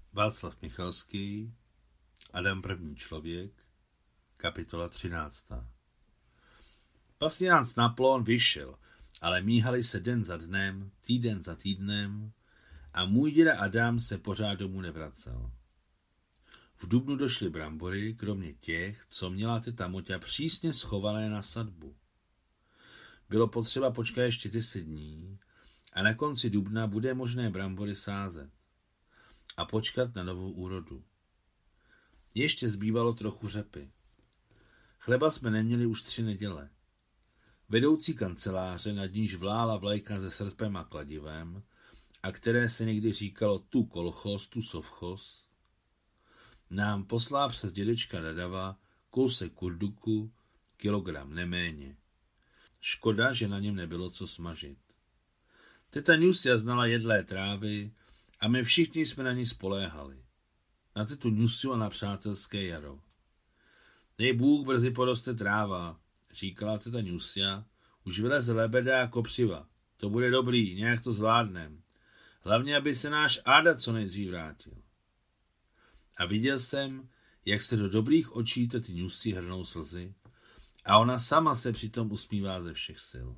Václav Michalský, Adam první člověk, kapitola 13. Pasiánc Napoleon vyšel, ale míhali se den za dnem, týden za týdnem a můj děda Adam se pořád domů nevracel. V dubnu došly brambory, kromě těch, co měla teta Moťa přísně schované na sadbu. Bylo potřeba počkat ještě 10 dní a na konci dubna bude možné brambory sázet a počkat na novou úrodu. Ještě zbývalo trochu řepy. Chleba jsme neměli už 3 neděle. Vedoucí kanceláře, nad níž vlála vlajka se srpem a kladivem, a které se někdy říkalo tu kolchos, tu sovchos, nám poslá přes dědečka Dadava kousek kurduku, kilogram neméně. Škoda, že na něm nebylo co smažit. Teta Nusia znala jedlé trávy a my všichni jsme na ní spoléhali. Na tetu Nusiu a na přátelské jaro. Dej Bůh, brzy poroste tráva, říkala teta Nusia, už vyleze lebeda a kopřiva. To bude dobrý, nějak to zvládnem. Hlavně, aby se náš Áda co nejdřív vrátil. A viděl jsem, jak se do dobrých očí tety Nusi hrnou slzy a ona sama se přitom usmívá ze všech sil.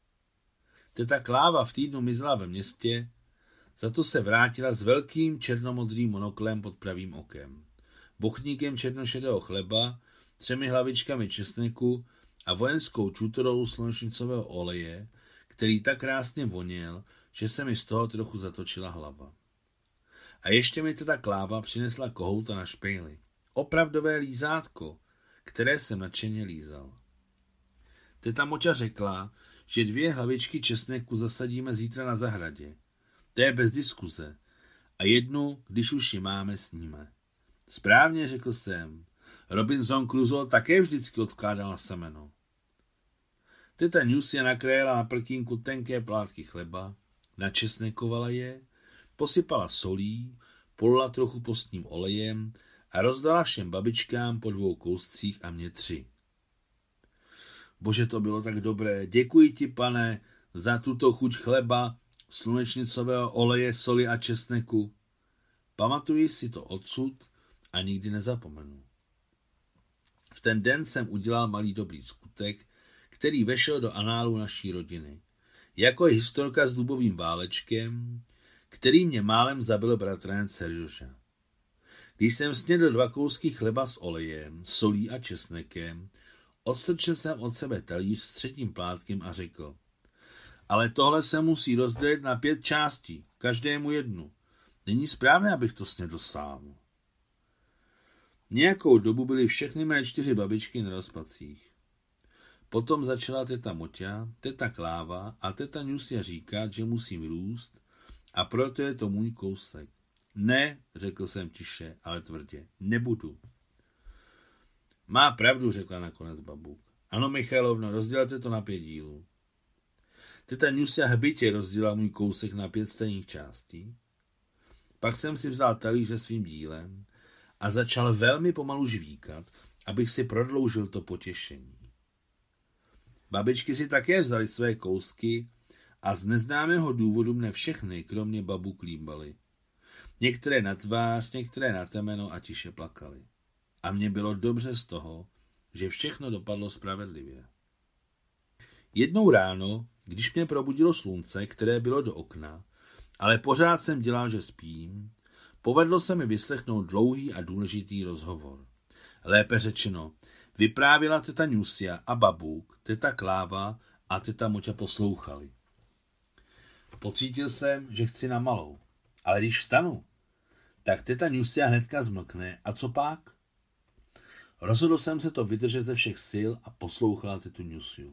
Teta Kláva v týdnu mizela ve městě, za to se vrátila s velkým černomodrým monoklem pod pravým okem, bochníkem černošedého chleba, 3 hlavičkami česneku a vojenskou čutorou slunečnicového oleje, který tak krásně voněl, že se mi z toho trochu zatočila hlava. A ještě mi teta Kláva přinesla kohouta na špejli. Opravdové lízátko, které jsem nadšeně lízal. Teta Moťa řekla, že 2 hlavičky česneku zasadíme zítra na zahradě. To je bez diskuze. A 1, když už ji máme, sníme. Správně, řekl jsem. Robinson Crusoe také vždycky odkládal na semeno. Teta Nusia nakrájela na prkínku tenké plátky chleba, načesnekovala je, posypala solí, polila trochu postním olejem a rozdala všem babičkám po 2 kouscích a mě 3. Bože, to bylo tak dobré. Děkuji ti, pane, za tuto chuť chleba, slunečnicového oleje, soli a česneku. Pamatuji si to odsud a nikdy nezapomenu. V ten den jsem udělal malý dobrý skutek, který vešel do análu naší rodiny. Jako je historka s dubovým válečkem, který mě málem zabil bratranec Serjoša. Když jsem snědl 2 kousky chleba s olejem, solí a česnekem, odstrčil jsem od sebe talíř s 3. plátkem a řekl: ale tohle se musí rozdělit na 5 částí, každému 1. Není správné, abych to snědl sám. Nějakou dobu byly všechny mé 4 babičky na rozpacích. Potom začala teta Moťa, teta Kláva a teta Nusia říkat, že musím růst a proto je to můj kousek. Ne, řekl jsem tiše, ale tvrdě, nebudu. Má pravdu, řekla nakonec babuk. Ano, Michailovno, rozdělte to na 5 dílů. Teta Nusia hbitě rozdělila můj kousek na 5 stejných částí. Pak jsem si vzal talíře svým dílem a začal velmi pomalu žvíkat, abych si prodloužil to potěšení. Babičky si také vzali své kousky a z neznámého důvodu mne všechny, kromě babuk, líbaly. Některé na tvář, některé na temeno a tiše plakali. A mně bylo dobře z toho, že všechno dopadlo spravedlivě. Jednou ráno, když mě probudilo slunce, které bylo do okna, ale pořád jsem dělal, že spím, povedlo se mi vyslechnout dlouhý a důležitý rozhovor. Lépe řečeno, vyprávěla teta Nusia a babuk, teta Kláva a teta Moťa poslouchali. Pocítil jsem, že chci na malou, ale když vstanu, tak teta Nusia hnedka zmlkne a co pak? Rozhodl jsem se to vydržet ze všech sil a poslouchala tetu Nusiu.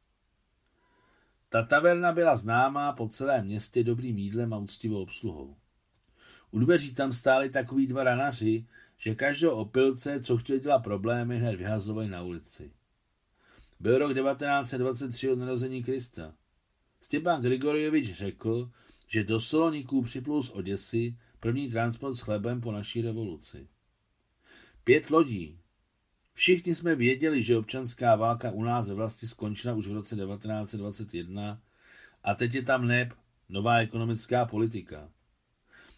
Ta taverna byla známá po celém městě dobrým jídlem a úctivou obsluhou. U dveří tam stáli takový 2 ranaři, že každého opilce, co chtěl dělat problémy, hned vyhazovali na ulici. Byl rok 1923 od narození Krista. Stěpán Grigorjevič řekl, že do Saloniků připlul z Oděsy první transport s chlebem po naší revoluci. 5 lodí. Všichni jsme věděli, že občanská válka u nás ve vlasti skončila už v roce 1921 a teď je tam nová ekonomická politika.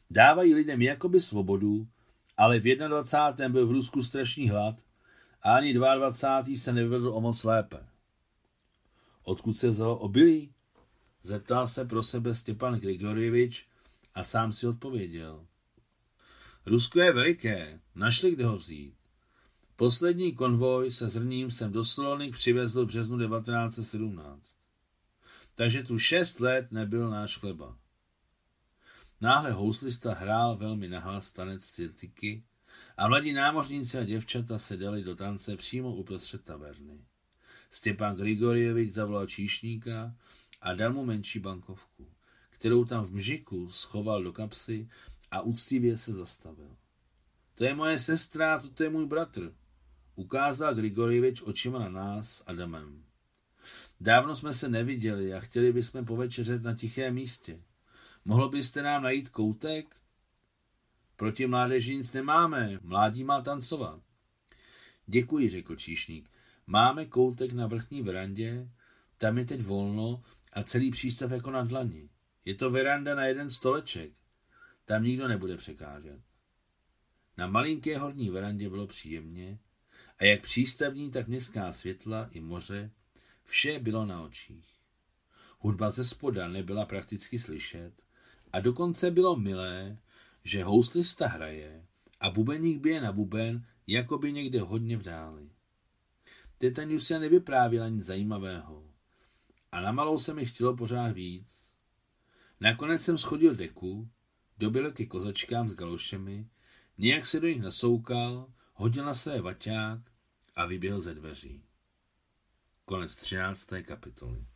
Dávají lidem jakoby svobodu, ale v 21. byl v Rusku strašný hlad a ani 22. se nevedl o moc lépe. Odkud se vzalo obilí? Zeptal se pro sebe Stepan Grigorjevič a sám si odpověděl. Rusko je veliké, našli kde ho vzít. Poslední konvoj se zrním jsem do Salonik přivezl v březnu 1917. Takže tu 6 let nebyl náš chleba. Náhle houslista hrál velmi nahlas tanec cirtiky a mladí námořníci a děvčata se dali do tance přímo uprostřed taverny. Stepan Grigorjevič zavolal číšníka a dal mu menší bankovku, kterou tam v mžiku schoval do kapsy a úctivě se zastavil. To je moje sestra, to je můj bratr, ukázal Grigorjevič očima na nás s Adamem. Dávno jsme se neviděli a chtěli bychom povečeřet na tichém místě. Mohl byste nám najít koutek? Proti mládeži nic nemáme, mládí má tancovat. Děkuji, řekl číšník. Máme koutek na vrchní verandě, tam je teď volno a celý přístav jako na dlani. Je to veranda na 1 stoleček, tam nikdo nebude překážet. Na malinké horní verandě bylo příjemně a jak přístavní, tak městská světla i moře, vše bylo na očích. Hudba ze spoda nebyla prakticky slyšet a dokonce bylo milé, že houslista hraje a bubeník bije na buben, jako by někde hodně v dáli. Teta Nusia nevyprávěla nic zajímavého a na malou se mi chtělo pořád víc. Nakonec jsem schodil deku, dobil ke kozačkám s galošemi, nějak se do nich nasoukal, hodil na své vaťák a vyběhl ze dveří. Konec 13. kapitoly.